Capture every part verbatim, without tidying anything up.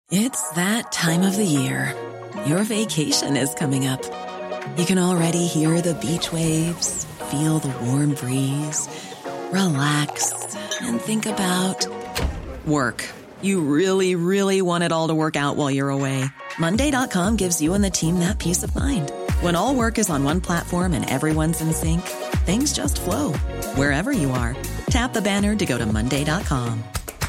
It's that time of the year. Your vacation is coming up. You can already hear the beach waves, feel the warm breeze, relax, and think about work. You really, really want it all to work out while you're away. Monday dot com gives you and the team that peace of mind. When all work is on one platform and everyone's in sync, things just flow. Wherever you are, tap the banner to go to Monday dot com.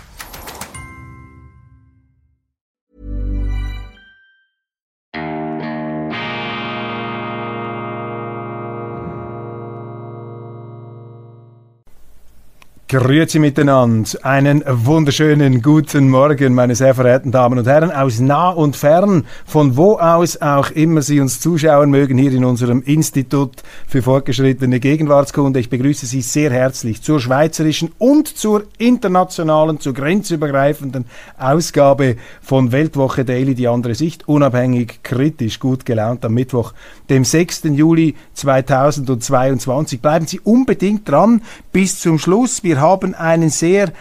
Grüezi miteinander, einen wunderschönen guten Morgen, meine sehr verehrten Damen und Herren, aus nah und fern, von wo aus auch immer Sie uns zuschauen mögen, hier in unserem Institut für fortgeschrittene Gegenwartskunde. Ich begrüße Sie sehr herzlich zur schweizerischen und zur internationalen, zur grenzübergreifenden Ausgabe von Weltwoche Daily, die andere Sicht, unabhängig, kritisch, gut gelaunt am Mittwoch, dem sechsten Juli zweitausendzweiundzwanzig. Bleiben Sie unbedingt dran bis zum Schluss. Wir haben einen sehr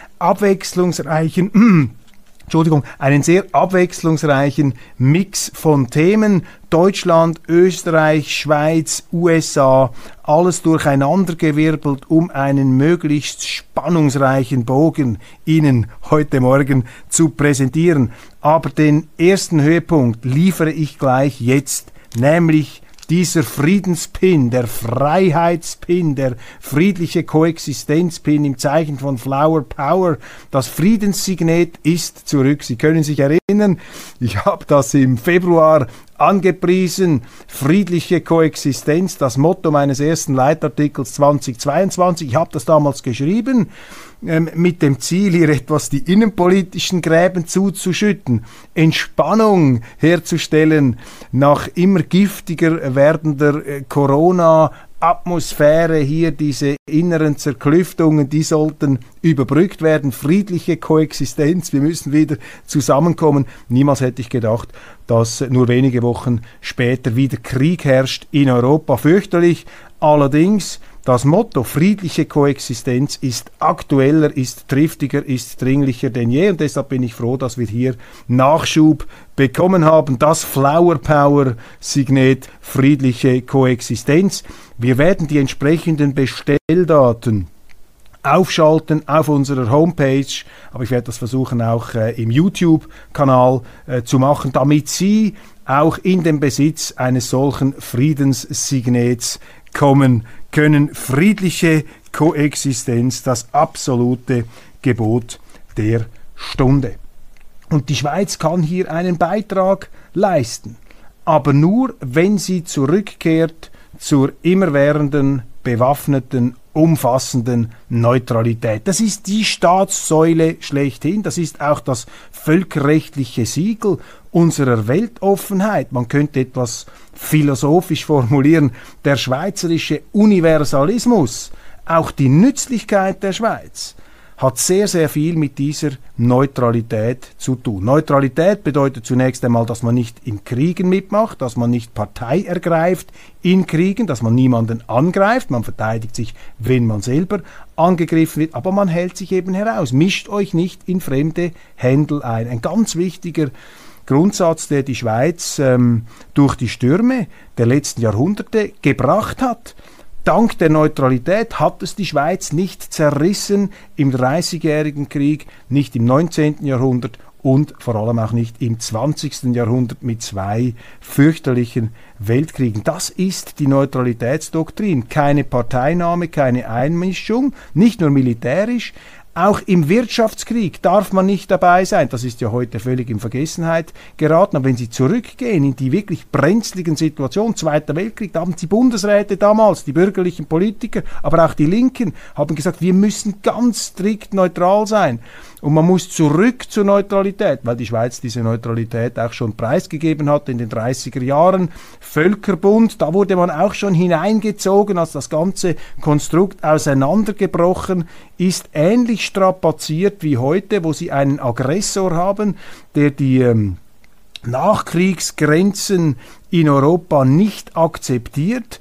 abwechslungsreichen, Entschuldigung, einen sehr abwechslungsreichen Mix von Themen. Deutschland, Österreich, Schweiz, U S A, alles durcheinandergewirbelt, um einen möglichst spannungsreichen Bogen Ihnen heute Morgen zu präsentieren. Aber den ersten Höhepunkt liefere ich gleich jetzt, nämlich dieser Friedenspin, der Freiheitspin, der friedliche Koexistenzpin im Zeichen von Flower Power, das Friedenssignet ist zurück. Sie können sich erinnern, ich habe das im Februar angepriesen, friedliche Koexistenz, das Motto meines ersten Leitartikels zweitausendzweiundzwanzig. Ich habe das damals geschrieben, ähm, mit dem Ziel, hier etwas die innenpolitischen Gräben zuzuschütten, Entspannung herzustellen nach immer giftiger werdender äh, Corona- Atmosphäre, hier diese inneren Zerklüftungen, die sollten überbrückt werden. Friedliche Koexistenz, wir müssen wieder zusammenkommen. Niemals hätte ich gedacht, dass nur wenige Wochen später wieder Krieg herrscht in Europa. Fürchterlich. Allerdings, das Motto friedliche Koexistenz ist aktueller, ist triftiger, ist dringlicher denn je. Und deshalb bin ich froh, dass wir hier Nachschub bekommen haben. Das Flower Power Signet friedliche Koexistenz. Wir werden die entsprechenden Bestelldaten aufschalten auf unserer Homepage, aber ich werde das versuchen auch äh, im YouTube-Kanal äh, zu machen, damit Sie auch in den Besitz eines solchen Friedenssignets kommen können. Friedliche Koexistenz, das absolute Gebot der Stunde. Und die Schweiz kann hier einen Beitrag leisten, aber nur, wenn sie zurückkehrt zur immerwährenden, bewaffneten, umfassenden Neutralität. Das ist die Staatssäule schlechthin, das ist auch das völkerrechtliche Siegel unserer Weltoffenheit. Man könnte etwas philosophisch formulieren, der schweizerische Universalismus, auch die Nützlichkeit der Schweiz, hat sehr, sehr viel mit dieser Neutralität zu tun. Neutralität bedeutet zunächst einmal, dass man nicht in Kriegen mitmacht, dass man nicht Partei ergreift in Kriegen, dass man niemanden angreift, man verteidigt sich, wenn man selber angegriffen wird, aber man hält sich eben heraus, mischt euch nicht in fremde Händel ein. Ein ganz wichtiger Grundsatz, der die Schweiz ähm, durch die Stürme der letzten Jahrhunderte gebracht hat. Dank der Neutralität hat es die Schweiz nicht zerrissen im Dreißigjährigen Krieg, nicht im neunzehnten Jahrhundert und vor allem auch nicht im zwanzigsten Jahrhundert mit zwei fürchterlichen Weltkriegen. Das ist die Neutralitätsdoktrin. Keine Parteinahme, keine Einmischung, nicht nur militärisch. Auch im Wirtschaftskrieg darf man nicht dabei sein. Das ist ja heute völlig in Vergessenheit geraten. Aber wenn Sie zurückgehen in die wirklich brenzligen Situationen, Zweiter Weltkrieg, da haben die Bundesräte damals, die bürgerlichen Politiker, aber auch die Linken, haben gesagt, wir müssen ganz strikt neutral sein. Und man muss zurück zur Neutralität, weil die Schweiz diese Neutralität auch schon preisgegeben hat in den dreißiger Jahren. Völkerbund, da wurde man auch schon hineingezogen, als das ganze Konstrukt auseinandergebrochen ist, ähnlich strapaziert wie heute, wo sie einen Aggressor haben, der die ähm, Nachkriegsgrenzen in Europa nicht akzeptiert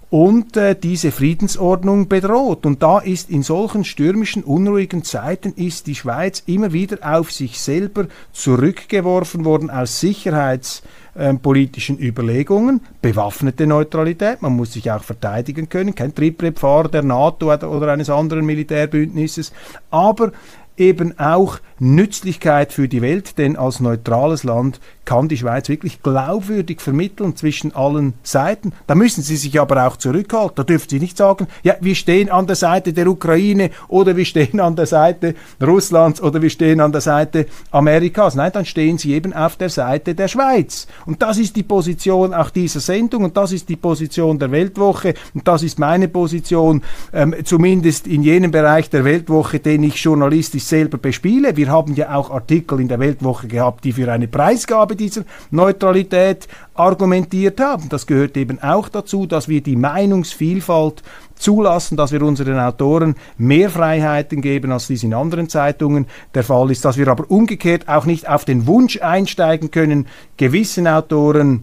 und äh, diese Friedensordnung bedroht. Und da ist in solchen stürmischen, unruhigen Zeiten ist die Schweiz immer wieder auf sich selber zurückgeworfen worden aus sicherheitspolitischen äh, Überlegungen. Bewaffnete Neutralität, man muss sich auch verteidigen können, kein Trittbrettfahrer der NATO oder, oder eines anderen Militärbündnisses, aber eben auch Nützlichkeit für die Welt, denn als neutrales Land kann die Schweiz wirklich glaubwürdig vermitteln zwischen allen Seiten. Da müssen sie sich aber auch zurückhalten. Da dürfen sie nicht sagen, ja, wir stehen an der Seite der Ukraine oder wir stehen an der Seite Russlands oder wir stehen an der Seite Amerikas. Nein, dann stehen sie eben auf der Seite der Schweiz. Und das ist die Position auch dieser Sendung und das ist die Position der Weltwoche und das ist meine Position, ähm, zumindest in jenem Bereich der Weltwoche, den ich journalistisch selber bespiele. Wir haben ja auch Artikel in der Weltwoche gehabt, die für eine Preisgabe dieser Neutralität argumentiert haben. Das gehört eben auch dazu, dass wir die Meinungsvielfalt zulassen, dass wir unseren Autoren mehr Freiheiten geben, als dies in anderen Zeitungen der Fall ist, dass wir aber umgekehrt auch nicht auf den Wunsch einsteigen können, gewissen Autoren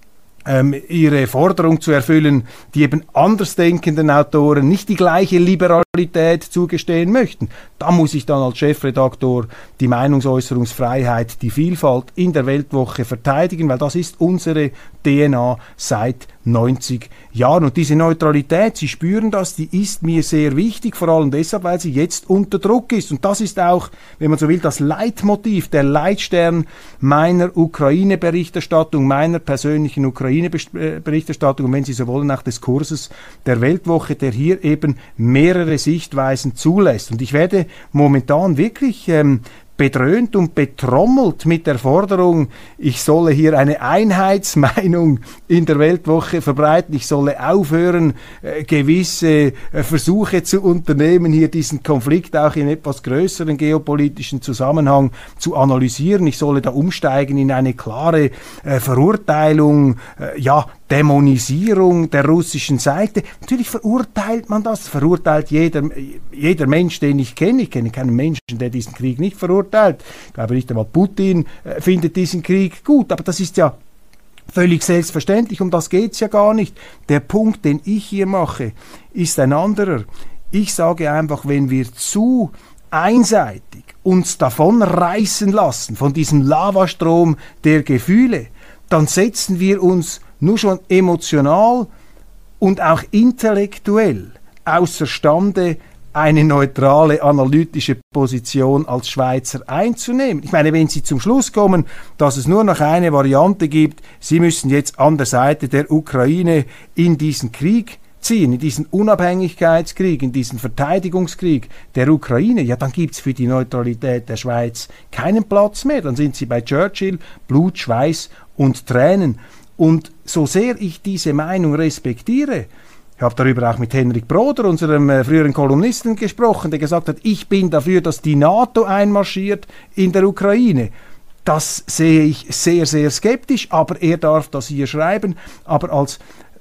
ähm, ihre Forderung zu erfüllen, die eben andersdenkenden Autoren nicht die gleiche Liberalität zugestehen möchten. Da muss ich dann als Chefredaktor die Meinungsäußerungsfreiheit, die Vielfalt in der Weltwoche verteidigen, weil das ist unsere D N A seit neunzig Jahren. Und diese Neutralität, Sie spüren das, die ist mir sehr wichtig, vor allem deshalb, weil sie jetzt unter Druck ist. Und das ist auch, wenn man so will, das Leitmotiv, der Leitstern meiner Ukraine-Berichterstattung, meiner persönlichen Ukraine-Berichterstattung und wenn Sie so wollen, auch des Kurses der Weltwoche, der hier eben mehrere Sichtweisen zulässt. Und ich werde momentan wirklich ähm, bedröhnt und betrommelt mit der Forderung, ich solle hier eine Einheitsmeinung in der Weltwoche verbreiten, ich solle aufhören, äh, gewisse äh, Versuche zu unternehmen, hier diesen Konflikt auch in etwas größeren geopolitischen Zusammenhang zu analysieren, ich solle da umsteigen in eine klare äh, Verurteilung, äh, ja, Dämonisierung der russischen Seite. Natürlich verurteilt man das, verurteilt jeder, jeder Mensch, den ich kenne. Ich kenne keinen Menschen, der diesen Krieg nicht verurteilt. Ich glaube nicht einmal Putin äh, findet diesen Krieg gut, aber das ist ja völlig selbstverständlich, um das geht es ja gar nicht. Der Punkt, den ich hier mache, ist ein anderer. Ich sage einfach, wenn wir zu einseitig uns davon reißen lassen, von diesem Lavastrom der Gefühle, dann setzen wir uns nur schon emotional und auch intellektuell außerstande, eine neutrale, analytische Position als Schweizer einzunehmen. Ich meine, wenn Sie zum Schluss kommen, dass es nur noch eine Variante gibt, Sie müssen jetzt an der Seite der Ukraine in diesen Krieg ziehen, in diesen Unabhängigkeitskrieg, in diesen Verteidigungskrieg der Ukraine, ja, dann gibt es für die Neutralität der Schweiz keinen Platz mehr. Dann sind Sie bei Churchill, Blut, Schweiß und Tränen. Und so sehr ich diese Meinung respektiere, ich habe darüber auch mit Henrik Broder, unserem äh, früheren Kolumnisten, gesprochen, der gesagt hat, ich bin dafür, dass die NATO einmarschiert in der Ukraine. Das sehe ich sehr, sehr skeptisch, aber er darf das hier schreiben. Aber als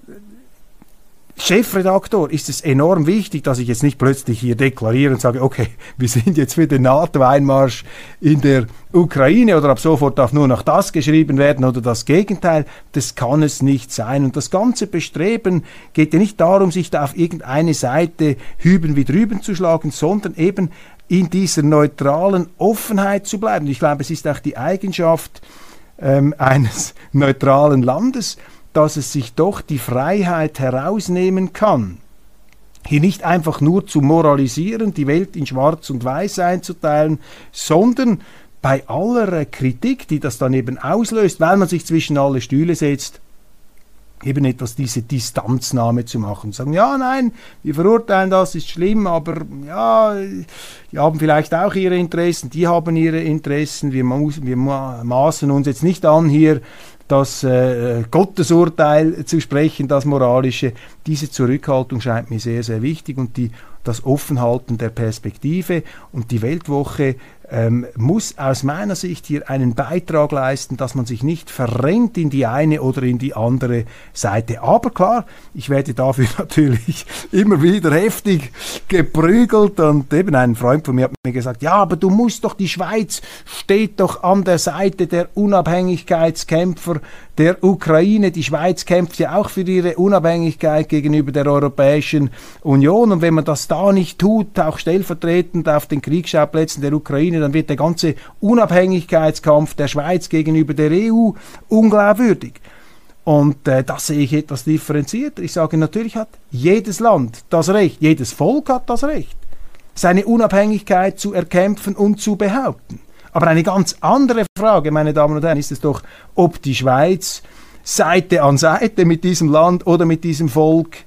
Chefredaktor ist es enorm wichtig, dass ich jetzt nicht plötzlich hier deklariere und sage, okay, wir sind jetzt für den NATO-Einmarsch in der Ukraine oder ab sofort darf nur noch das geschrieben werden oder das Gegenteil. Das kann es nicht sein. Und das ganze Bestreben geht ja nicht darum, sich da auf irgendeine Seite hüben wie drüben zu schlagen, sondern eben in dieser neutralen Offenheit zu bleiben. Ich glaube, es ist auch die Eigenschaft ähm, eines neutralen Landes, dass es sich doch die Freiheit herausnehmen kann, hier nicht einfach nur zu moralisieren, die Welt in Schwarz und Weiß einzuteilen, sondern bei aller Kritik, die das dann eben auslöst, weil man sich zwischen alle Stühle setzt, eben etwas diese Distanznahme zu machen. Sagen, ja, nein, wir verurteilen das, ist schlimm, aber ja, die haben vielleicht auch ihre Interessen, die haben ihre Interessen, wir, wir maßen uns jetzt nicht an, hier das äh, Gottesurteil zu sprechen, das moralische. Diese Zurückhaltung scheint mir sehr, sehr wichtig und die, das Offenhalten der Perspektive und die Weltwoche ähm, muss aus meiner Sicht hier einen Beitrag leisten, dass man sich nicht verrenkt in die eine oder in die andere Seite. Aber klar, ich werde dafür natürlich immer wieder heftig geprügelt und eben ein Freund von mir hat mir gesagt, ja, aber du musst doch, die Schweiz steht doch an der Seite der Unabhängigkeitskämpfer der Ukraine. Die Schweiz kämpft ja auch für ihre Unabhängigkeit gegenüber der Europäischen Union und wenn man das da nicht tut, auch stellvertretend auf den Kriegsschauplätzen der Ukraine, dann wird der ganze Unabhängigkeitskampf der Schweiz gegenüber der E U unglaubwürdig. Und äh, das sehe ich etwas differenzierter. Ich sage, natürlich hat jedes Land das Recht, jedes Volk hat das Recht, seine Unabhängigkeit zu erkämpfen und zu behaupten. Aber eine ganz andere Frage, meine Damen und Herren, ist es doch, ob die Schweiz Seite an Seite mit diesem Land oder mit diesem Volk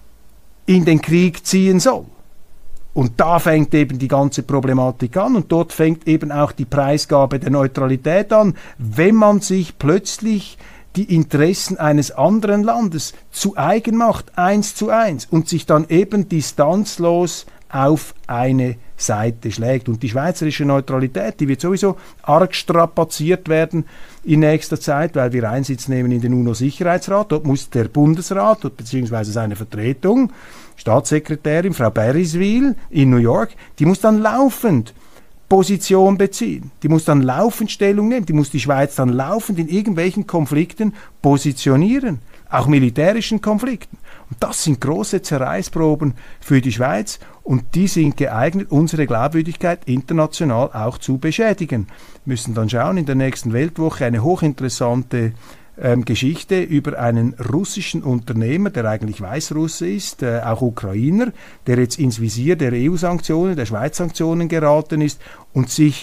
in den Krieg ziehen soll. Und da fängt eben die ganze Problematik an und dort fängt eben auch die Preisgabe der Neutralität an, wenn man sich plötzlich die Interessen eines anderen Landes zu eigen macht, eins zu eins, und sich dann eben distanzlos auf eine Seite schlägt. Und die schweizerische Neutralität, die wird sowieso arg strapaziert werden in nächster Zeit, weil wir Einsitz nehmen in den UNO-Sicherheitsrat. Dort muss der Bundesrat bzw. seine Vertretung, Staatssekretärin Frau Beriswil in New York, die muss dann laufend Position beziehen. Die muss dann laufend Stellung nehmen. Die muss die Schweiz dann laufend in irgendwelchen Konflikten positionieren. Auch militärischen Konflikten. Und das sind große Zerreißproben für die Schweiz und die sind geeignet, unsere Glaubwürdigkeit international auch zu beschädigen. Wir müssen dann schauen, in der nächsten Weltwoche eine hochinteressante ähm, Geschichte über einen russischen Unternehmer, der eigentlich Weißrusse ist, äh, auch Ukrainer, der jetzt ins Visier der E U-Sanktionen, der Schweiz-Sanktionen geraten ist und sich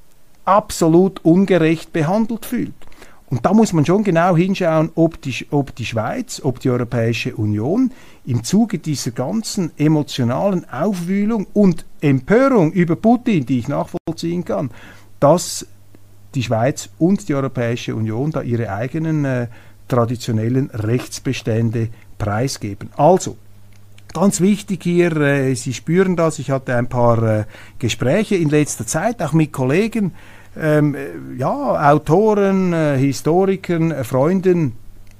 absolut ungerecht behandelt fühlt. Und da muss man schon genau hinschauen, ob die, ob die Schweiz, ob die Europäische Union im Zuge dieser ganzen emotionalen Aufwühlung und Empörung über Putin, die ich nachvollziehen kann, dass die Schweiz und die Europäische Union da ihre eigenen äh, traditionellen Rechtsbestände preisgeben. Also, ganz wichtig hier, äh, Sie spüren das, ich hatte ein paar äh, Gespräche in letzter Zeit, auch mit Kollegen, Ähm, ja, Autoren, äh, Historikern, äh, Freunden,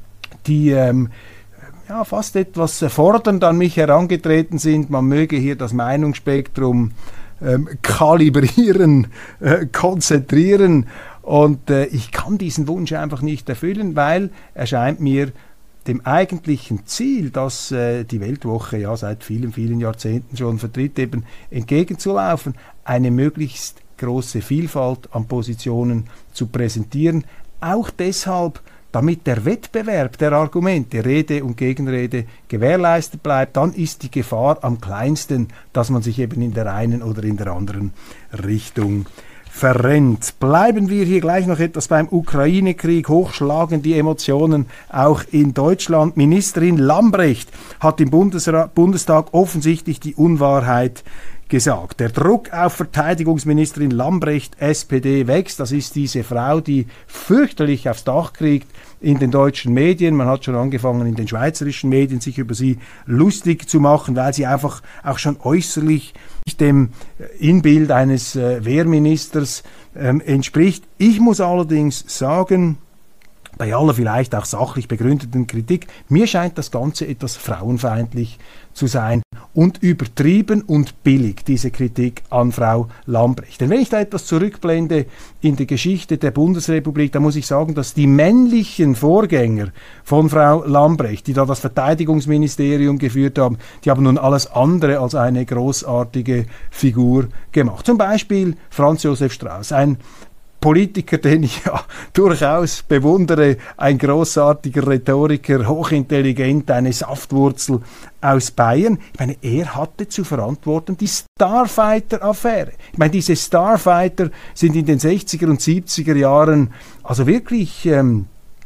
die ähm, ja, fast etwas fordernd an mich herangetreten sind, man möge hier das Meinungsspektrum ähm, kalibrieren, äh, konzentrieren und äh, ich kann diesen Wunsch einfach nicht erfüllen, weil er scheint mir dem eigentlichen Ziel, das äh, die Weltwoche ja seit vielen, vielen Jahrzehnten schon vertritt, eben entgegenzulaufen, eine möglichst große Vielfalt an Positionen zu präsentieren, auch deshalb, damit der Wettbewerb der Argumente, Rede und Gegenrede gewährleistet bleibt, dann ist die Gefahr am kleinsten, dass man sich eben in der einen oder in der anderen Richtung verrennt. Bleiben wir hier gleich noch etwas beim Ukraine-Krieg, hochschlagen die Emotionen auch in Deutschland. Ministerin Lambrecht hat im Bundesrat, Bundestag offensichtlich die Unwahrheit gesagt. Der Druck auf Verteidigungsministerin Lambrecht, S P D, wächst. Das ist diese Frau, die fürchterlich aufs Dach kriegt in den deutschen Medien. Man hat schon angefangen, in den schweizerischen Medien sich über sie lustig zu machen, weil sie einfach auch schon äußerlich dem Inbild eines äh, Wehrministers ähm, entspricht. Ich muss allerdings sagen, bei aller vielleicht auch sachlich begründeten Kritik, mir scheint das Ganze etwas frauenfeindlich zu sein und übertrieben und billig, diese Kritik an Frau Lambrecht. Denn wenn ich da etwas zurückblende in die Geschichte der Bundesrepublik, dann muss ich sagen, dass die männlichen Vorgänger von Frau Lambrecht, die da das Verteidigungsministerium geführt haben, die haben nun alles andere als eine großartige Figur gemacht. Zum Beispiel Franz Josef Strauß, ein Politiker, den ich ja durchaus bewundere, ein großartiger Rhetoriker, hochintelligent, eine Saftwurzel aus Bayern. Ich meine, er hatte zu verantworten die Starfighter-Affäre. Ich meine, diese Starfighter sind in den sechziger und siebziger Jahren also wirklich ähm,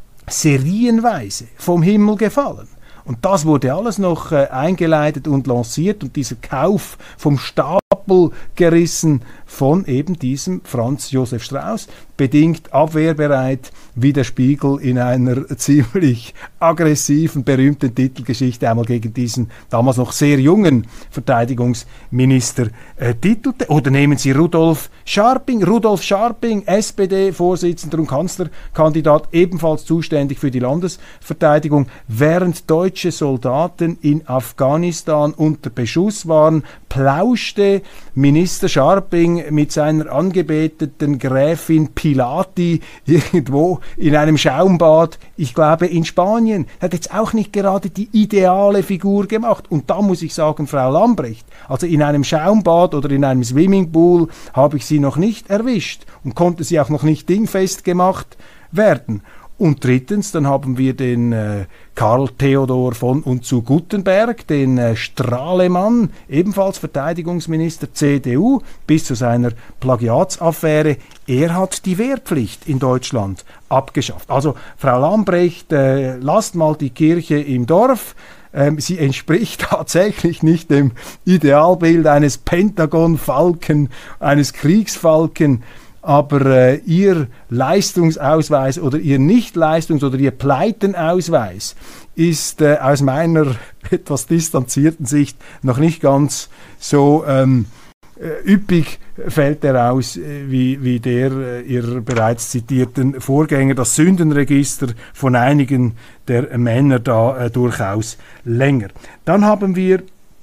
serienweise vom Himmel gefallen. Und das wurde alles noch äh, eingeleitet und lanciert und dieser Kauf vom Stapel gerissen von eben diesem Franz Josef Strauß, bedingt abwehrbereit wie der Spiegel in einer ziemlich aggressiven, berühmten Titelgeschichte einmal gegen diesen damals noch sehr jungen Verteidigungsminister äh, titelte. Oder nehmen Sie Rudolf Scharping. Rudolf Scharping, S P D-Vorsitzender und Kanzlerkandidat, ebenfalls zuständig für die Landesverteidigung. Während deutsche Soldaten in Afghanistan unter Beschuss waren, plauschte Minister Scharping mit seiner angebeteten Gräfin Pilati irgendwo in einem Schaumbad, ich glaube in Spanien. Er hat jetzt auch nicht gerade die ideale Figur gemacht. Und da muss ich sagen, Frau Lambrecht, also in einem Schaumbad oder in einem Swimmingpool habe ich sie noch nicht erwischt und konnte sie auch noch nicht dingfest gemacht werden. Und drittens, dann haben wir den äh, Karl Theodor von und zu Guttenberg, den äh, Strahlemann, ebenfalls Verteidigungsminister C D U, bis zu seiner Plagiatsaffäre. Er hat die Wehrpflicht in Deutschland abgeschafft. Also Frau Lambrecht, äh, lasst mal die Kirche im Dorf. Ähm, sie entspricht tatsächlich nicht dem Idealbild eines Pentagon-Falken, eines Kriegsfalken. Aber äh, Ihr Leistungsausweis oder Ihr Nicht-Leistungs- oder Ihr Pleitenausweis ist äh, aus meiner etwas distanzierten Sicht noch nicht ganz so ähm, äh, üppig fällt er aus, äh, wie, wie der äh, Ihrer bereits zitierten Vorgänger. Das Sündenregister von einigen der Männer da äh, durchaus länger. Dann haben wir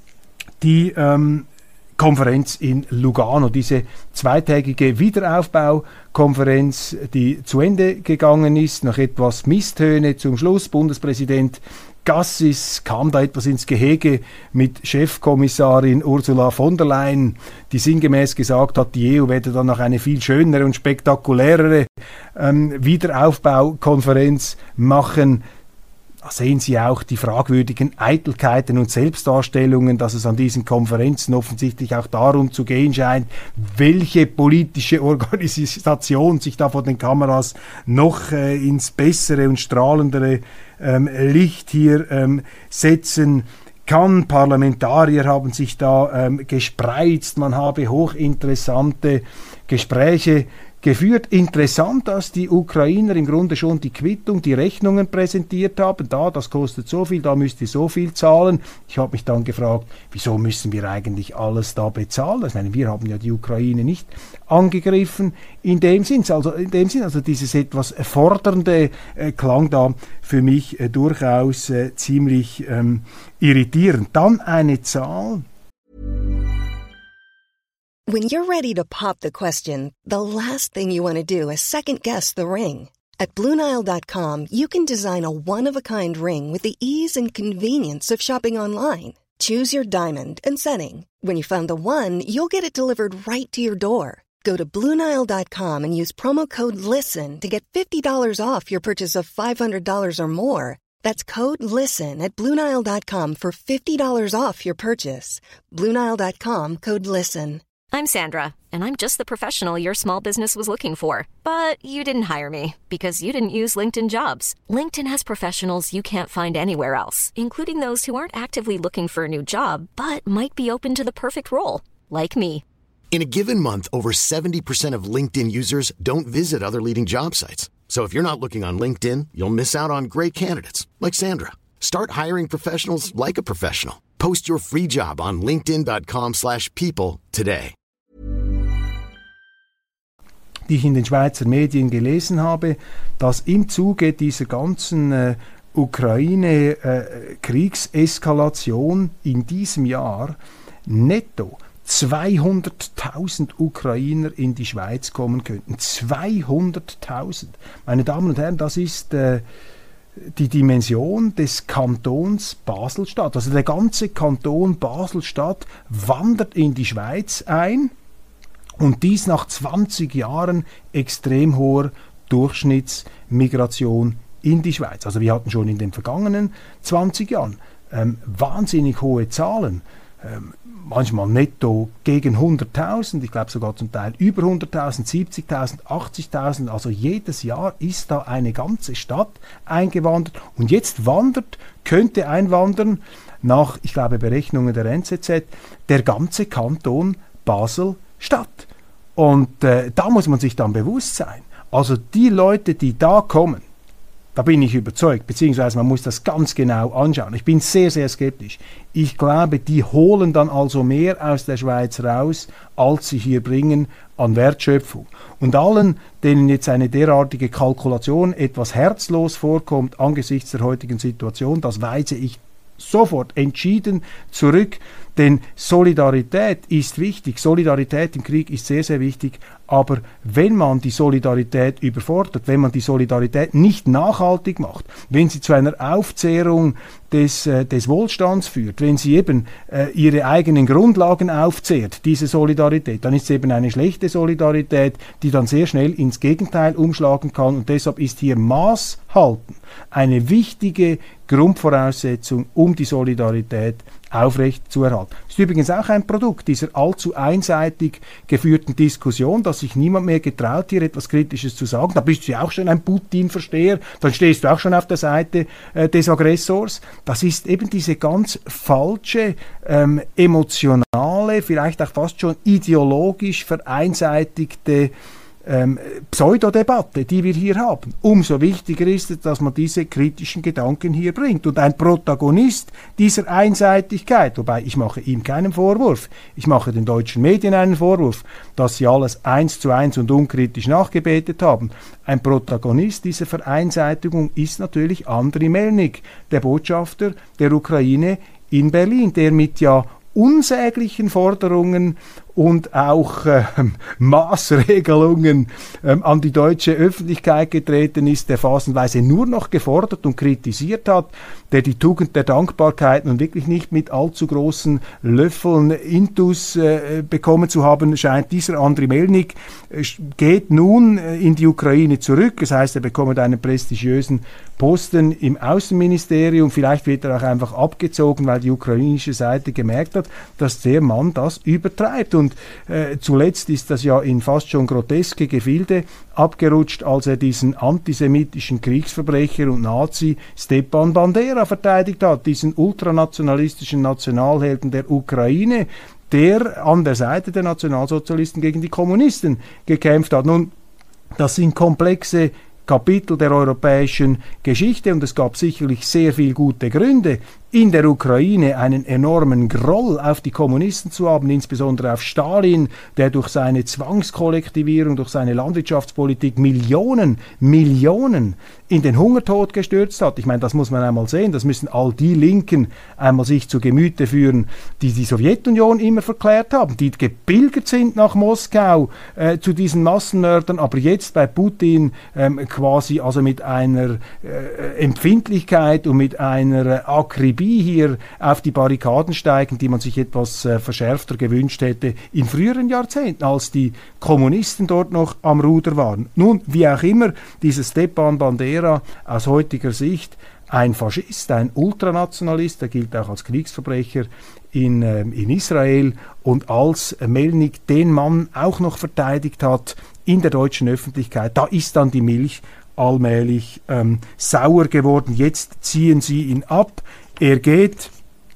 die ähm, Konferenz in Lugano, diese zweitägige Wiederaufbaukonferenz, die zu Ende gegangen ist, nach etwas Misstöne zum Schluss. Bundespräsident Gassis kam da etwas ins Gehege mit Chefkommissarin Ursula von der Leyen, die sinngemäß gesagt hat, die E U werde dann noch eine viel schönere und spektakulärere ähm, Wiederaufbaukonferenz machen. Da sehen Sie auch die fragwürdigen Eitelkeiten und Selbstdarstellungen, dass es an diesen Konferenzen offensichtlich auch darum zu gehen scheint, welche politische Organisation sich da vor den Kameras noch äh, ins bessere und strahlendere ähm, Licht hier ähm, setzen kann. Parlamentarier haben sich da ähm, gespreizt, man habe hochinteressante Gespräche geführt. Interessant, dass die Ukrainer im Grunde schon die Quittung, die Rechnungen präsentiert haben. Da, das kostet so viel, da müsst ihr so viel zahlen. Ich habe mich dann gefragt, wieso müssen wir eigentlich alles da bezahlen? Ich meine, wir haben ja die Ukraine nicht angegriffen. In dem Sinn, also, in dem Sinn, also dieses etwas fordernde äh, klang da für mich äh, durchaus äh, ziemlich ähm, irritierend. Dann eine Zahl. When you're ready to pop the question, the last thing you want to do is second-guess the ring. At Blue Nile dot com, you can design a one-of-a-kind ring with the ease and convenience of shopping online. Choose your diamond and setting. When you find the one, you'll get it delivered right to your door. Go to Blue Nile dot com and use promo code LISTEN to get fifty dollars off your purchase of five hundred dollars or more. That's code LISTEN at Blue Nile dot com for fifty dollars off your purchase. Blue Nile dot com, code LISTEN. I'm Sandra, and I'm just the professional your small business was looking for. But you didn't hire me because you didn't use LinkedIn Jobs. LinkedIn has professionals you can't find anywhere else, including those who aren't actively looking for a new job, but might be open to the perfect role, like me. In a given month, over seventy percent of LinkedIn users don't visit other leading job sites. So if you're not looking on LinkedIn, you'll miss out on great candidates, like Sandra. Start hiring professionals like a professional. Post your free job on linkedin dot com slash people today. Die ich in den Schweizer Medien gelesen habe, dass im Zuge dieser ganzen äh, Ukraine-Kriegseskalation äh, in diesem Jahr netto zweihunderttausend Ukrainer in die Schweiz kommen könnten. zweihunderttausend. Meine Damen und Herren, das ist äh, die Dimension des Kantons Basel-Stadt. Also der ganze Kanton Basel-Stadt wandert in die Schweiz ein. Und dies nach zwanzig Jahren extrem hoher Durchschnittsmigration in die Schweiz. Also wir hatten schon in den vergangenen zwanzig Jahren ähm, wahnsinnig hohe Zahlen. Ähm, manchmal netto gegen hunderttausend, ich glaube sogar zum Teil über hunderttausend, siebzigtausend, achtzigtausend. Also jedes Jahr ist da eine ganze Stadt eingewandert. Und jetzt wandert, könnte einwandern, nach, ich glaube, Berechnungen der N Z Z, der ganze Kanton Basel Stadt. Und äh, da muss man sich dann bewusst sein, Also die Leute, die da kommen, da bin ich überzeugt, beziehungsweise man muss das ganz genau anschauen. Ich bin sehr, sehr skeptisch. Ich glaube, die holen dann also mehr aus der Schweiz raus, als sie hier bringen an Wertschöpfung. Und allen, denen jetzt eine derartige Kalkulation etwas herzlos vorkommt angesichts der heutigen Situation, das weise ich sofort entschieden zurück, denn Solidarität ist wichtig, Solidarität im Krieg ist sehr, sehr wichtig, aber wenn man die Solidarität überfordert, wenn man die Solidarität nicht nachhaltig macht, wenn sie zu einer Aufzehrung des, äh, des Wohlstands führt, wenn sie eben äh, ihre eigenen Grundlagen aufzehrt, diese Solidarität, dann ist es eben eine schlechte Solidarität, die dann sehr schnell ins Gegenteil umschlagen kann, und deshalb ist hier Maß halten eine wichtige Grundvoraussetzung, um die Solidarität aufrecht zu erhalten. Das ist übrigens auch ein Produkt dieser allzu einseitig geführten Diskussion, dass sich niemand mehr getraut, hier etwas Kritisches zu sagen. Da bist du ja auch schon ein Putin-Versteher, dann stehst du auch schon auf der Seite äh, des Aggressors. Das ist eben diese ganz falsche, ähm, emotionale, vielleicht auch fast schon ideologisch vereinseitigte Ähm, Pseudodebatte, die wir hier haben. Umso wichtiger ist es, dass man diese kritischen Gedanken hier bringt. Und ein Protagonist dieser Einseitigkeit, wobei ich mache ihm keinen Vorwurf, ich mache den deutschen Medien einen Vorwurf, dass sie alles eins zu eins und unkritisch nachgebetet haben. Ein Protagonist dieser Vereinseitigung ist natürlich Andriy Melnik, der Botschafter der Ukraine in Berlin, der mit ja unsäglichen Forderungen und auch äh, Maßregelungen ähm, an die deutsche Öffentlichkeit getreten ist, der phasenweise nur noch gefordert und kritisiert hat, der die Tugend der Dankbarkeit nun wirklich nicht mit allzu großen Löffeln intus äh, bekommen zu haben scheint. Dieser Andriy Melnik äh, geht nun äh, in die Ukraine zurück, das heißt, er bekommt einen prestigiösen Posten im Außenministerium, vielleicht wird er auch einfach abgezogen, weil die ukrainische Seite gemerkt hat, dass der Mann das übertreibt. Und äh, zuletzt ist das ja in fast schon groteske Gefilde abgerutscht, als er diesen antisemitischen Kriegsverbrecher und Nazi Stepan Bandera verteidigt hat, diesen ultranationalistischen Nationalhelden der Ukraine, der an der Seite der Nationalsozialisten gegen die Kommunisten gekämpft hat. Nun, das sind komplexe Kapitel der europäischen Geschichte und es gab sicherlich sehr viel gute Gründe, in der Ukraine einen enormen Groll auf die Kommunisten zu haben, insbesondere auf Stalin, der durch seine Zwangskollektivierung, durch seine Landwirtschaftspolitik Millionen, Millionen in den Hungertod gestürzt hat. Ich meine, das muss man einmal sehen, das müssen all die Linken einmal sich zu Gemüte führen, die die Sowjetunion immer verklärt haben, die gepilgert sind nach Moskau äh, zu diesen Massenmördern, aber jetzt bei Putin ähm, quasi also mit einer äh, Empfindlichkeit und mit einer äh, Akribie hier auf die Barrikaden steigen, die man sich etwas äh, verschärfter gewünscht hätte in früheren Jahrzehnten, als die Kommunisten dort noch am Ruder waren. Nun, wie auch immer, dieser Stepan Bandera aus heutiger Sicht ein Faschist, ein Ultranationalist, der gilt auch als Kriegsverbrecher in, äh, in Israel, und als Melnik den Mann auch noch verteidigt hat in der deutschen Öffentlichkeit, da ist dann die Milch allmählich ähm, sauer geworden. Jetzt ziehen sie ihn ab. Er geht,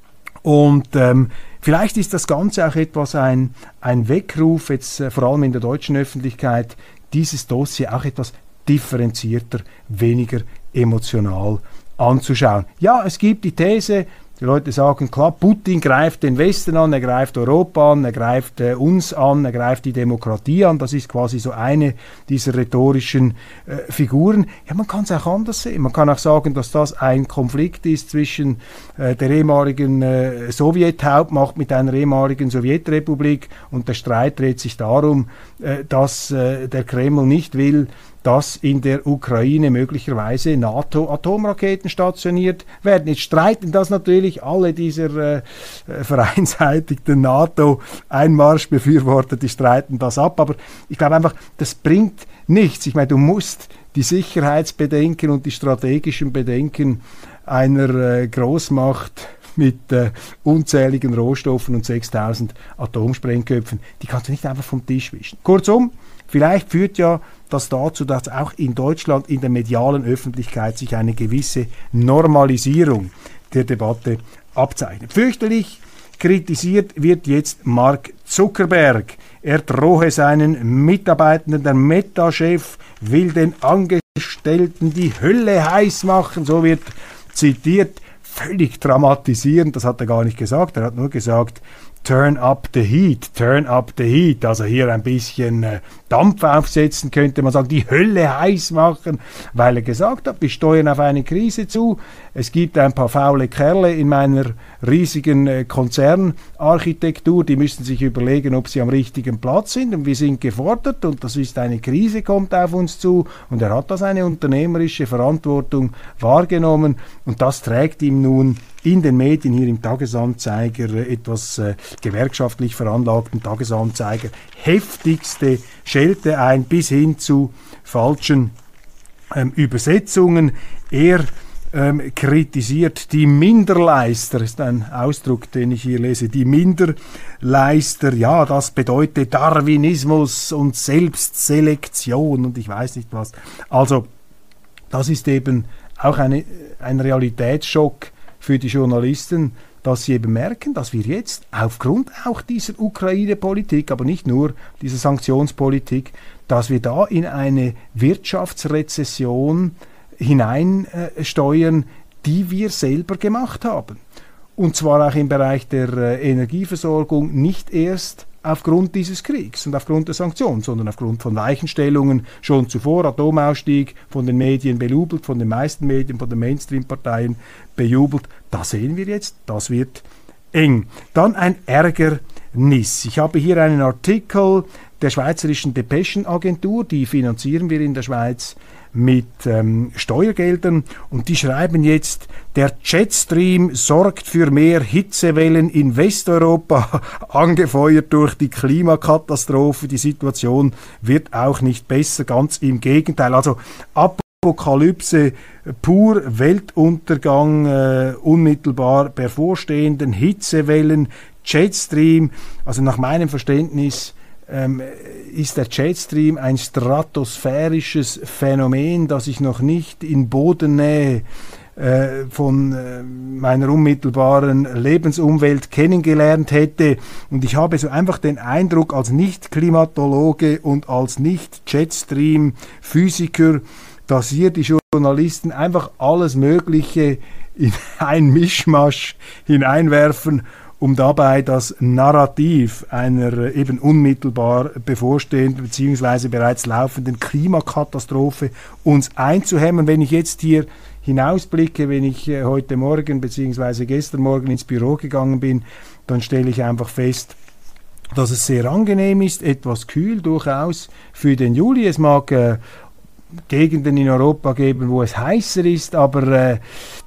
und ähm, vielleicht ist das Ganze auch etwas ein, ein Weckruf, jetzt äh, vor allem in der deutschen Öffentlichkeit, dieses Dossier auch etwas differenzierter, weniger emotional anzuschauen. Ja, es gibt die These, die Leute sagen, klar, Putin greift den Westen an, er greift Europa an, er greift äh, uns an, er greift die Demokratie an. Das ist quasi so eine dieser rhetorischen äh, Figuren. Ja, man kann es auch anders sehen. Man kann auch sagen, dass das ein Konflikt ist zwischen äh, der ehemaligen äh, Sowjethauptmacht mit einer ehemaligen Sowjetrepublik, und der Streit dreht sich darum, äh, dass äh, der Kreml nicht will, dass in der Ukraine möglicherweise NATO-Atomraketen stationiert werden. Jetzt streiten das natürlich alle dieser äh, vereinseitigten NATO-Einmarschbefürworter, die streiten das ab, aber ich glaube einfach, das bringt nichts. Ich meine, du musst die Sicherheitsbedenken und die strategischen Bedenken einer äh, Großmacht mit äh, unzähligen Rohstoffen und sechstausend Atomsprengköpfen, die kannst du nicht einfach vom Tisch wischen. Kurzum, vielleicht führt ja das dazu, dass auch in Deutschland in der medialen Öffentlichkeit sich eine gewisse Normalisierung der Debatte abzeichnet. Fürchterlich kritisiert wird jetzt Mark Zuckerberg. er drohe seinen Mitarbeitenden, der Meta-Chef will den Angestellten die Hölle heiß machen, so wird zitiert, völlig dramatisierend, das hat er gar nicht gesagt, er hat nur gesagt, turn up the heat, turn up the heat, also hier ein bisschen äh, Dampf aufsetzen, könnte man sagen, die Hölle heiß machen, weil er gesagt hat, wir steuern auf eine Krise zu, es gibt ein paar faule Kerle in meiner riesigen äh, Konzernarchitektur, die müssen sich überlegen, ob sie am richtigen Platz sind und wir sind gefordert und das ist eine Krise, kommt auf uns zu und er hat das eine unternehmerische Verantwortung wahrgenommen und das trägt ihm nun in den Medien, hier im Tagesanzeiger, etwas äh, gewerkschaftlich veranlagten Tagesanzeiger, heftigste Schelte ein, bis hin zu falschen ähm, Übersetzungen. Er ähm, kritisiert die Minderleister, ist ein Ausdruck, den ich hier lese, die Minderleister, ja, das bedeutet Darwinismus und Selbstselektion und ich weiß nicht was. Also, das ist eben auch eine, ein Realitätsschock für die Journalisten, dass sie eben merken, dass wir jetzt aufgrund auch dieser Ukraine-Politik, aber nicht nur dieser Sanktionspolitik, dass wir da in eine Wirtschaftsrezession hineinsteuern, die wir selber gemacht haben. Und zwar auch im Bereich der äh, Energieversorgung nicht erst aufgrund dieses Kriegs und aufgrund der Sanktionen, sondern aufgrund von Weichenstellungen schon zuvor, Atomausstieg, von den Medien bejubelt, von den meisten Medien, von den Mainstream-Parteien bejubelt. Da sehen wir jetzt, das wird eng. Dann ein Ärgernis. Ich habe hier einen Artikel der Schweizerischen Depeschenagentur, die finanzieren wir in der Schweiz mit ähm, Steuergeldern und die schreiben jetzt, der Jetstream sorgt für mehr Hitzewellen in Westeuropa, angefeuert durch die Klimakatastrophe. Die Situation wird auch nicht besser, ganz im Gegenteil. Also Apokalypse pur, Weltuntergang, äh, unmittelbar bevorstehenden Hitzewellen, Jetstream, also nach meinem Verständnis Ähm, ist der Jetstream ein stratosphärisches Phänomen, das ich noch nicht in Bodennähe äh, von äh, meiner unmittelbaren Lebensumwelt kennengelernt hätte. Und ich habe so einfach den Eindruck, als Nicht-Klimatologe und als Nicht-Jetstream-Physiker, dass hier die Journalisten einfach alles Mögliche in ein Mischmasch hineinwerfen, um dabei das Narrativ einer eben unmittelbar bevorstehenden bzw. bereits laufenden Klimakatastrophe uns einzuhämmern. Wenn ich jetzt hier hinausblicke, wenn ich heute Morgen bzw. gestern Morgen ins Büro gegangen bin, dann stelle ich einfach fest, dass es sehr angenehm ist, etwas kühl durchaus für den Juli. Es mag äh, Gegenden in Europa geben, wo es heißer ist, aber äh,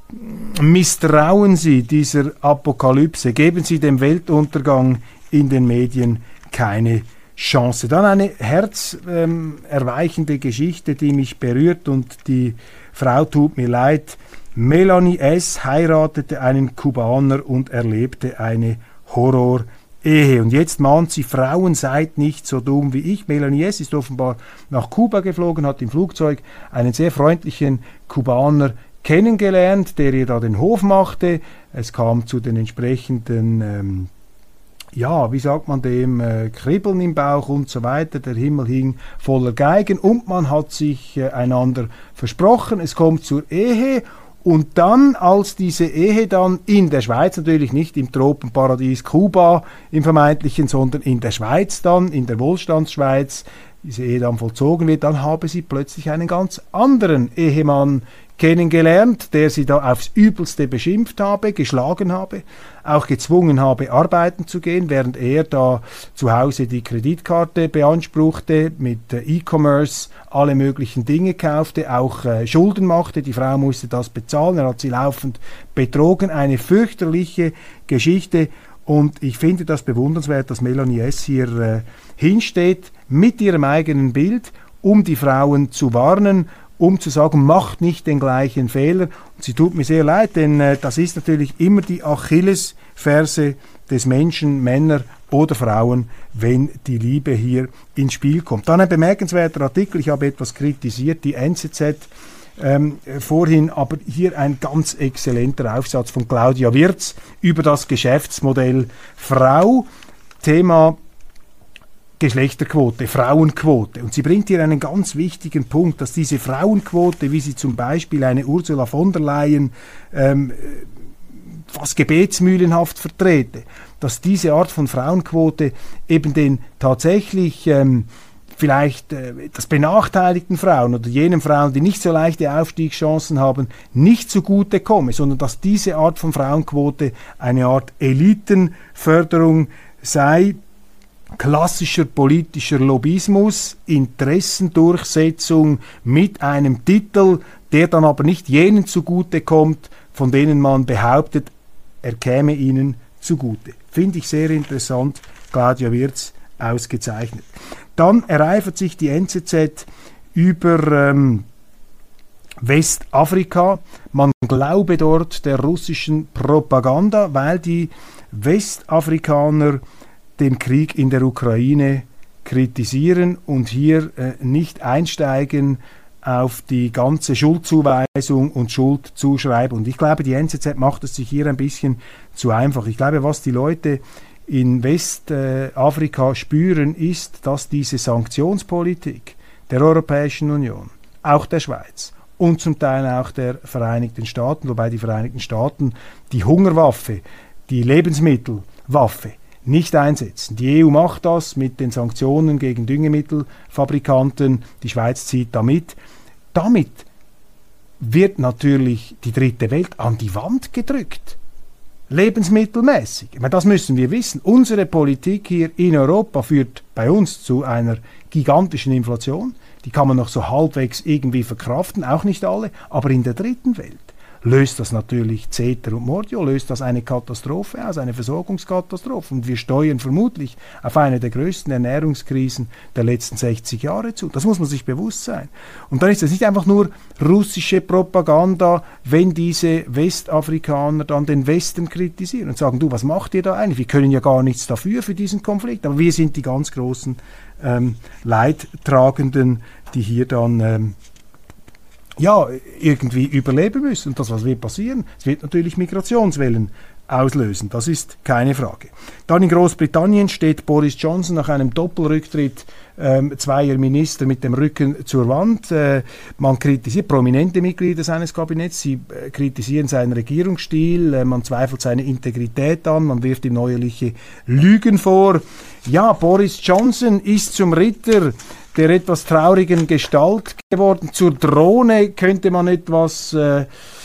misstrauen Sie dieser Apokalypse, geben Sie dem Weltuntergang in den Medien keine Chance. Dann eine herzerweichende ähm, Geschichte, die mich berührt und die Frau tut mir leid. Melanie S. heiratete einen Kubaner und erlebte eine Horror-Ehe. Und jetzt mahnt sie, Frauen, seid nicht so dumm wie ich. Melanie S. ist offenbar nach Kuba geflogen, hat im Flugzeug einen sehr freundlichen Kubaner kennengelernt, der ihr da den Hof machte. Es kam zu den entsprechenden, ähm, ja, wie sagt man dem, äh, Kribbeln im Bauch und so weiter. Der Himmel hing voller Geigen und man hat sich äh, einander versprochen. Es kommt zur Ehe und dann, als diese Ehe dann in der Schweiz, natürlich nicht im Tropenparadies Kuba im vermeintlichen, sondern in der Schweiz dann, in der Wohlstandsschweiz, diese Ehe dann vollzogen wird, dann habe sie plötzlich einen ganz anderen Ehemann kennengelernt, der sie da aufs Übelste beschimpft habe, geschlagen habe, auch gezwungen habe, arbeiten zu gehen, während er da zu Hause die Kreditkarte beanspruchte, mit äh, E-Commerce alle möglichen Dinge kaufte, auch äh, Schulden machte, die Frau musste das bezahlen, er hat sie laufend betrogen, eine fürchterliche Geschichte. Und ich finde das bewundernswert, dass Melanie S. hier äh, hinsteht mit ihrem eigenen Bild, um die Frauen zu warnen, um zu sagen, macht nicht den gleichen Fehler. Und sie tut mir sehr leid, denn äh, das ist natürlich immer die Achillesferse des Menschen, Männer oder Frauen, wenn die Liebe hier ins Spiel kommt. Dann ein bemerkenswerter Artikel, ich habe etwas kritisiert, die N Z Z ähm, vorhin, aber hier ein ganz exzellenter Aufsatz von Claudia Wirz über das Geschäftsmodell Frau. Thema Geschlechterquote, Frauenquote. Und sie bringt hier einen ganz wichtigen Punkt, dass diese Frauenquote, wie sie zum Beispiel eine Ursula von der Leyen ähm, fast gebetsmühlenhaft vertrete, dass diese Art von Frauenquote eben den tatsächlich ähm, vielleicht äh, das benachteiligten Frauen oder jenen Frauen, die nicht so leichte Aufstiegschancen haben, nicht zugute komme, sondern dass diese Art von Frauenquote eine Art Elitenförderung sei, klassischer politischer Lobbyismus, Interessendurchsetzung mit einem Titel, der dann aber nicht jenen zugute kommt, von denen man behauptet, er käme ihnen zugute. Finde ich sehr interessant, Claudia Wirz ausgezeichnet. Dann ereifert sich die N Z Z über ähm, Westafrika. Man glaube dort der russischen Propaganda, weil die Westafrikaner den Krieg in der Ukraine kritisieren und hier äh, nicht einsteigen auf die ganze Schuldzuweisung und Schuldzuschreibung. Und ich glaube, die N Z Z macht es sich hier ein bisschen zu einfach. Ich glaube, was die Leute in Westafrika spüren, ist, dass diese Sanktionspolitik der Europäischen Union, auch der Schweiz und zum Teil auch der Vereinigten Staaten, wobei die Vereinigten Staaten die Hungerwaffe, die Lebensmittelwaffe nicht einsetzen. Die E U macht das mit den Sanktionen gegen Düngemittelfabrikanten, die Schweiz zieht damit. Damit wird natürlich die dritte Welt an die Wand gedrückt. Lebensmittelmäßig. Ich meine, das müssen wir wissen. Unsere Politik hier in Europa führt bei uns zu einer gigantischen Inflation. Die kann man noch so halbwegs irgendwie verkraften, auch nicht alle, aber in der dritten Welt löst das natürlich Zeter und Mordio, löst das eine Katastrophe aus, eine Versorgungskatastrophe. Und wir steuern vermutlich auf eine der größten Ernährungskrisen der letzten sechzig Jahre zu. Das muss man sich bewusst sein. Und dann ist es nicht einfach nur russische Propaganda, wenn diese Westafrikaner dann den Westen kritisieren und sagen, du, was macht ihr da eigentlich? Wir können ja gar nichts dafür, für diesen Konflikt. Aber wir sind die ganz großen ähm, Leidtragenden, die hier dann ähm, ja, irgendwie überleben müssen. Und das, was wird passieren? Es wird natürlich Migrationswellen auslösen. Das ist keine Frage. Dann in Großbritannien steht Boris Johnson nach einem Doppelrücktritt ähm, zweier Minister mit dem Rücken zur Wand. Äh, man kritisiert prominente Mitglieder seines Kabinetts, sie äh, kritisieren seinen Regierungsstil, äh, man zweifelt seine Integrität an, man wirft ihm neuerliche Lügen vor. Ja, Boris Johnson ist zum Ritter der etwas traurigen Gestalt geworden. Zur Drohne könnte man etwas äh,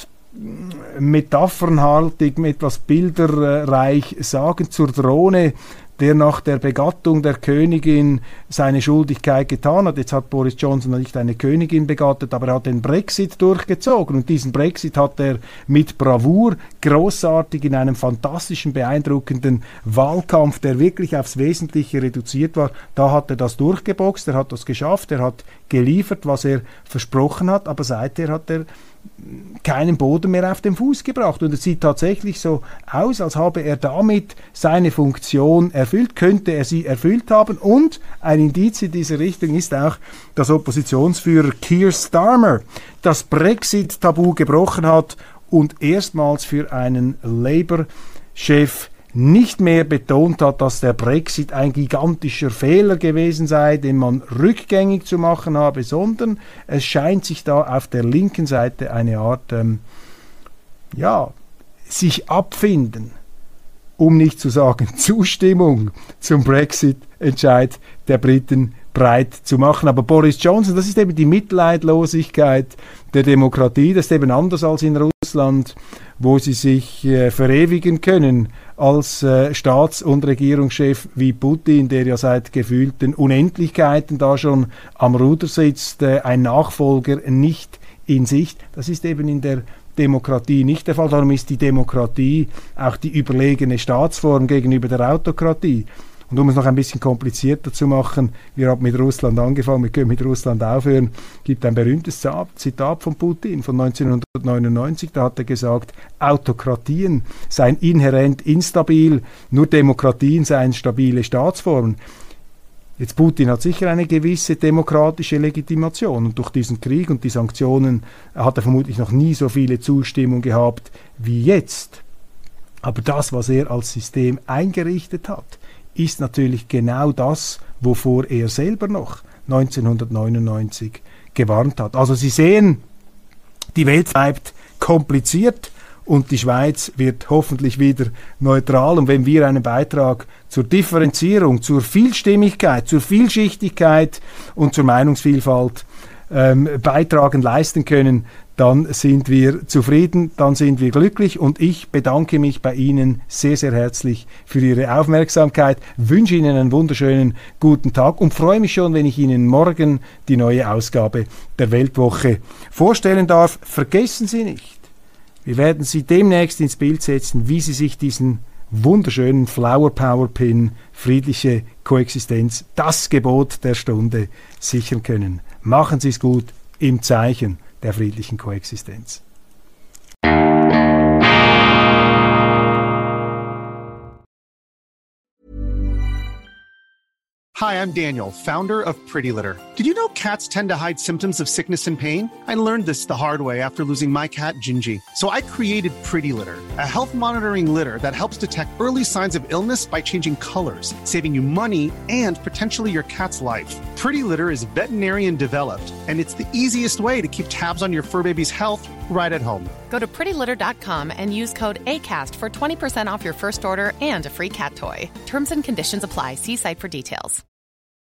metaphernhaltig, etwas bilderreich sagen. Zur Drohne, der nach der Begattung der Königin seine Schuldigkeit getan hat. Jetzt hat Boris Johnson nicht eine Königin begattet, aber er hat den Brexit durchgezogen. Und diesen Brexit hat er mit Bravour, großartig in einem fantastischen, beeindruckenden Wahlkampf, der wirklich aufs Wesentliche reduziert war. Da hat er das durchgeboxt, er hat das geschafft, er hat geliefert, was er versprochen hat, aber seither hat er keinen Boden mehr auf den Fuß gebracht. Und es sieht tatsächlich so aus, als habe er damit seine Funktion erfüllt, könnte er sie erfüllt haben. Und ein Indiz in diese Richtung ist auch, dass Oppositionsführer Keir Starmer das Brexit-Tabu gebrochen hat und erstmals für einen Labour-Chef nicht mehr betont hat, dass der Brexit ein gigantischer Fehler gewesen sei, den man rückgängig zu machen habe, sondern es scheint sich da auf der linken Seite eine Art, ähm, ja, sich abfinden, um nicht zu sagen Zustimmung zum Brexit-Entscheid der Briten breit zu machen. Aber Boris Johnson, das ist eben die Mitleidlosigkeit der Demokratie, das ist eben anders als in Russland, wo sie sich äh, verewigen können als äh, Staats- und Regierungschef wie Putin, der ja seit gefühlten Unendlichkeiten da schon am Ruder sitzt, äh, ein Nachfolger nicht in Sicht. Das ist eben in der Demokratie nicht der Fall. Darum ist die Demokratie auch die überlegene Staatsform gegenüber der Autokratie. Und um es noch ein bisschen komplizierter zu machen, wir haben mit Russland angefangen, wir können mit Russland aufhören, gibt ein berühmtes Zitat von Putin von neunzehnhundertneunundneunzig, da hat er gesagt, Autokratien seien inhärent instabil, nur Demokratien seien stabile Staatsformen. Jetzt Putin hat sicher eine gewisse demokratische Legitimation und durch diesen Krieg und die Sanktionen hat er vermutlich noch nie so viele Zustimmung gehabt wie jetzt. Aber das, was er als System eingerichtet hat, ist natürlich genau das, wovor er selber noch neunzehnhundertneunundneunzig gewarnt hat. Also Sie sehen, die Welt bleibt kompliziert und die Schweiz wird hoffentlich wieder neutral. Und wenn wir einen Beitrag zur Differenzierung, zur Vielstimmigkeit, zur Vielschichtigkeit und zur Meinungsvielfalt ähm, beitragen, leisten können, dann sind wir zufrieden, dann sind wir glücklich und ich bedanke mich bei Ihnen sehr, sehr herzlich für Ihre Aufmerksamkeit, wünsche Ihnen einen wunderschönen guten Tag und freue mich schon, wenn ich Ihnen morgen die neue Ausgabe der Weltwoche vorstellen darf. Vergessen Sie nicht, wir werden Sie demnächst ins Bild setzen, wie Sie sich diesen wunderschönen Flower Power Pin friedliche Koexistenz, das Gebot der Stunde, sichern können. Machen Sie es gut im Zeichen der friedlichen Koexistenz. Hi, I'm Daniel, founder of Pretty Litter. Did you know cats tend to hide symptoms of sickness and pain? I learned this the hard way after losing my cat, Gingy. So I created Pretty Litter, a health monitoring litter that helps detect early signs of illness by changing colors, saving you money and potentially your cat's life. Pretty Litter is veterinarian developed, and it's the easiest way to keep tabs on your fur baby's health right at home. Go to pretty litter dot com and use code ACAST for twenty percent off your first order and a free cat toy. Terms and conditions apply. See site for details.